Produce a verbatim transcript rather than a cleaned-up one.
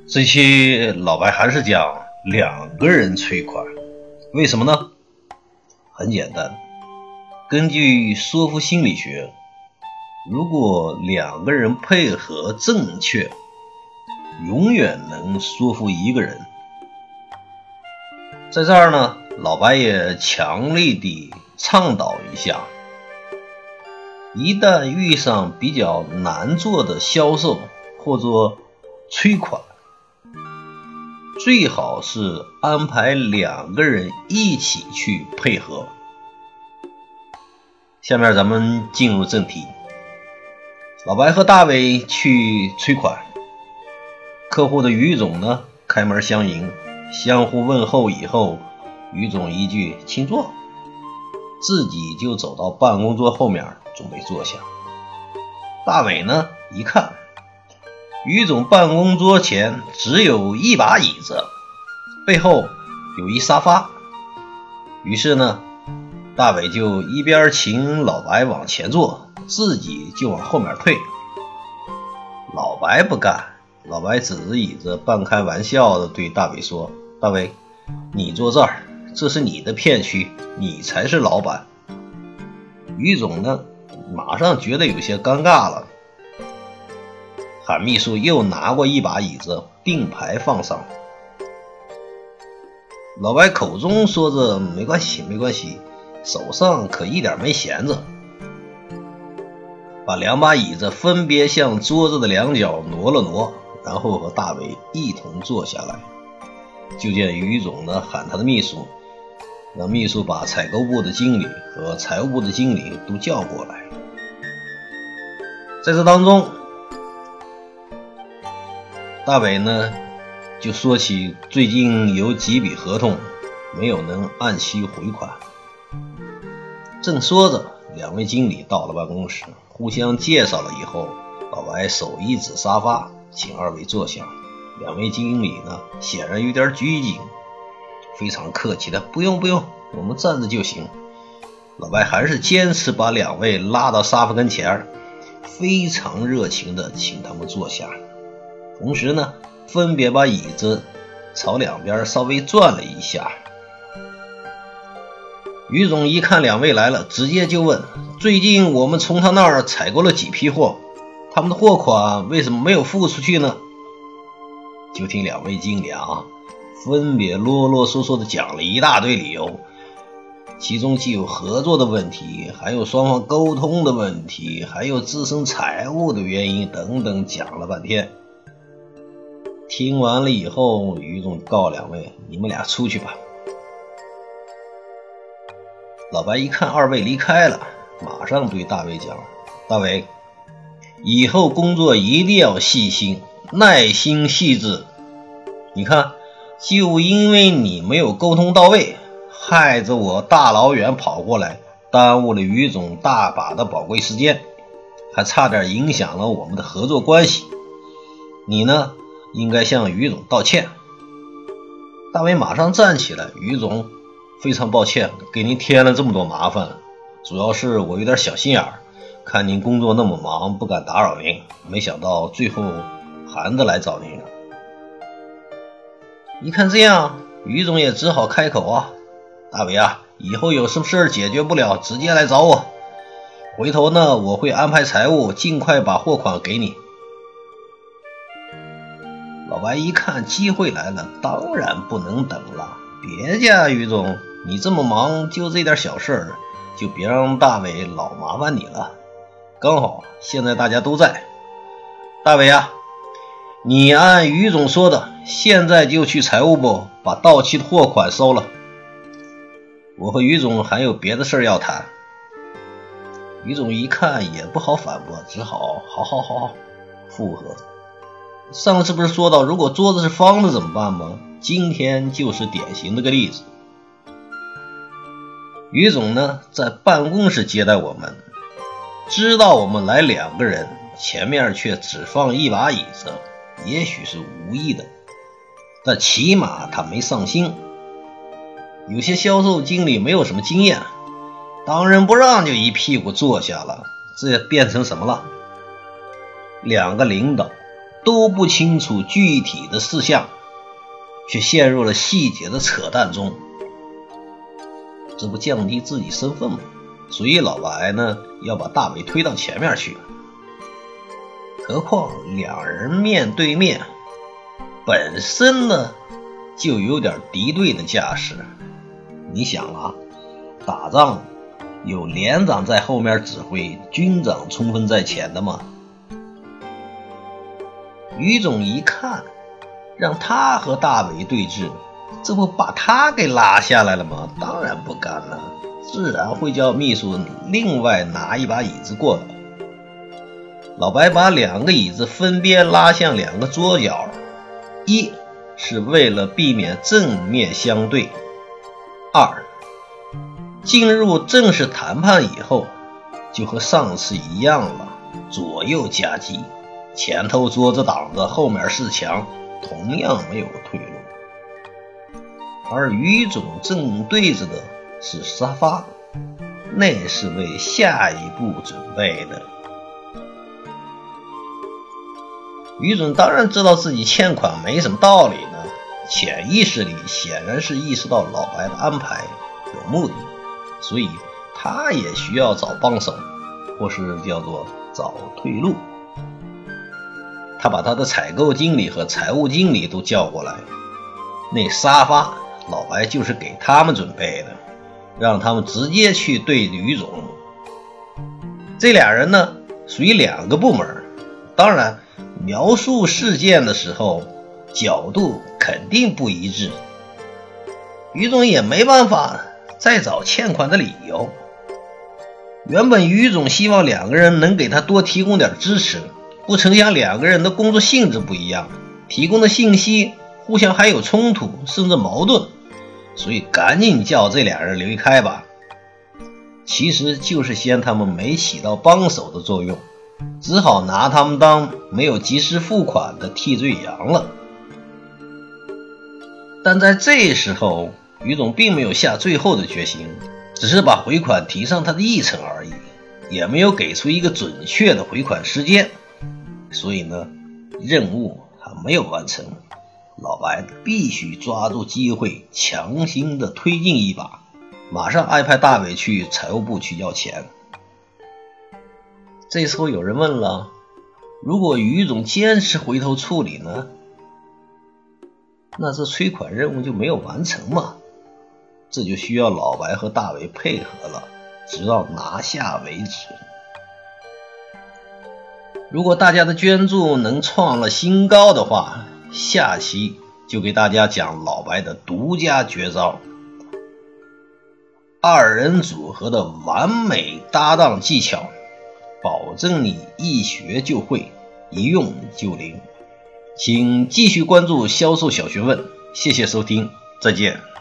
这期老白还是讲两个人催款，为什么呢？很简单，根据说服心理学，如果两个人配合正确，永远能说服一个人。在这儿呢，老白也强力地倡导一下，一旦遇上比较难做的销售或者催款，最好是安排两个人一起去配合。下面咱们进入正题。老白和大伟去催款，客户的于总呢开门相迎，相互问候以后，于总一句请坐，自己就走到办公桌后面准备坐下。大伟呢一看，于总办公桌前只有一把椅子，背后有一沙发，于是呢大伟就一边请老白往前坐，自己就往后面退。老白不干，老白指着椅子半开玩笑的对大伟说，大伟，你坐这儿，这是你的片区，你才是老板。于总呢马上觉得有些尴尬了，喊秘书又拿过一把椅子并排放上。老白口中说着没关系没关系，手上可一点没闲着，把两把椅子分别向桌子的两角挪了挪，然后和大伟一同坐下来。就见于总呢喊他的秘书，让秘书把采购部的经理和财务部的经理都叫过来。在这当中，大伟呢就说起最近有几笔合同没有能按期回款。正说着，两位经理到了办公室，互相介绍了以后，老白手一指沙发，请二位坐下。两位经理呢显然有点拘谨，非常客气的不用不用，我们站着就行。老白还是坚持把两位拉到沙发跟前，非常热情的请他们坐下，同时呢分别把椅子朝两边稍微转了一下。于总一看两位来了，直接就问，最近我们从他那儿采购了几批货，他们的货款为什么没有付出去呢？就听两位经理啊分别啰啰嗦嗦的讲了一大堆理由，其中既有合作的问题，还有双方沟通的问题，还有自身财务的原因等等，讲了半天。听完了以后，于总告两位，你们俩出去吧。老白一看二位离开了，马上对大伟讲，大伟，以后工作一定要细心，耐心细致。你看，就因为你没有沟通到位，害着我大老远跑过来，耽误了于总大把的宝贵时间，还差点影响了我们的合作关系。你呢应该向于总道歉。大伟马上站起来，于总非常抱歉给您添了这么多麻烦，主要是我有点小心眼儿，看您工作那么忙不敢打扰您，没想到最后还得来找您了。一看这样，于总也只好开口啊，大伟啊，以后有什么事解决不了直接来找我，回头呢我会安排财务尽快把货款给你。老白一看机会来了，当然不能等了，别介于总，你这么忙，就这点小事就别让大伟老麻烦你了，刚好现在大家都在。大伟啊，你按于总说的，现在就去财务部把到期的货款收了，我和于总还有别的事要谈。于总一看也不好反驳，只好好好好好附和。上次不是说到如果桌子是方的怎么办吗？今天就是典型的个例子。于总呢在办公室接待我们，知道我们来两个人，前面却只放一把椅子，也许是无意的，但起码他没上心。有些销售经理没有什么经验，当仁不让就一屁股坐下了，这也变成什么了？两个领导都不清楚具体的事项，却陷入了细节的扯淡中，这不降低自己身份吗？所以老白呢要把大伟推到前面去。何况两人面对面，本身呢就有点敌对的架势。你想啊，打仗有连长在后面指挥，军长冲锋在前的吗？于总一看让他和大伟对峙，这不把他给拉下来了吗？当然不干了，自然会叫秘书另外拿一把椅子过来。老白把两个椅子分别拉向两个桌角，一是为了避免正面相对，二进入正式谈判以后就和上次一样了，左右夹击，前头桌子挡着，后面是墙，同样没有退路。而于总正对着的是沙发，那是为下一步准备的。于总当然知道自己欠款没什么道理呢，潜意识里显然是意识到老白的安排有目的，所以他也需要找帮手，或是叫做找退路。他把他的采购经理和财务经理都叫过来，那沙发老白就是给他们准备的，让他们直接去对于总。这俩人呢属于两个部门，当然描述事件的时候角度肯定不一致，于总也没办法再找欠款的理由。原本于总希望两个人能给他多提供点支持，不成想两个人的工作性质不一样，提供的信息互相还有冲突甚至矛盾，所以赶紧叫这俩人离开吧。其实就是嫌他们没起到帮手的作用，只好拿他们当没有及时付款的替罪羊了。但在这时候于总并没有下最后的决心，只是把回款提上他的议程而已，也没有给出一个准确的回款时间，所以呢任务还没有完成。老白必须抓住机会强行的推进一把，马上安排大伟去财务部去要钱。这时候有人问了，如果于总坚持回头处理呢？那这催款任务就没有完成嘛？这就需要老白和大伟配合了，直到拿下为止。如果大家的捐助能创了新高的话，下期就给大家讲老白的独家绝招，二人组合的完美搭档技巧，保证你一学就会，一用就灵。请继续关注销售小学问，谢谢收听，再见。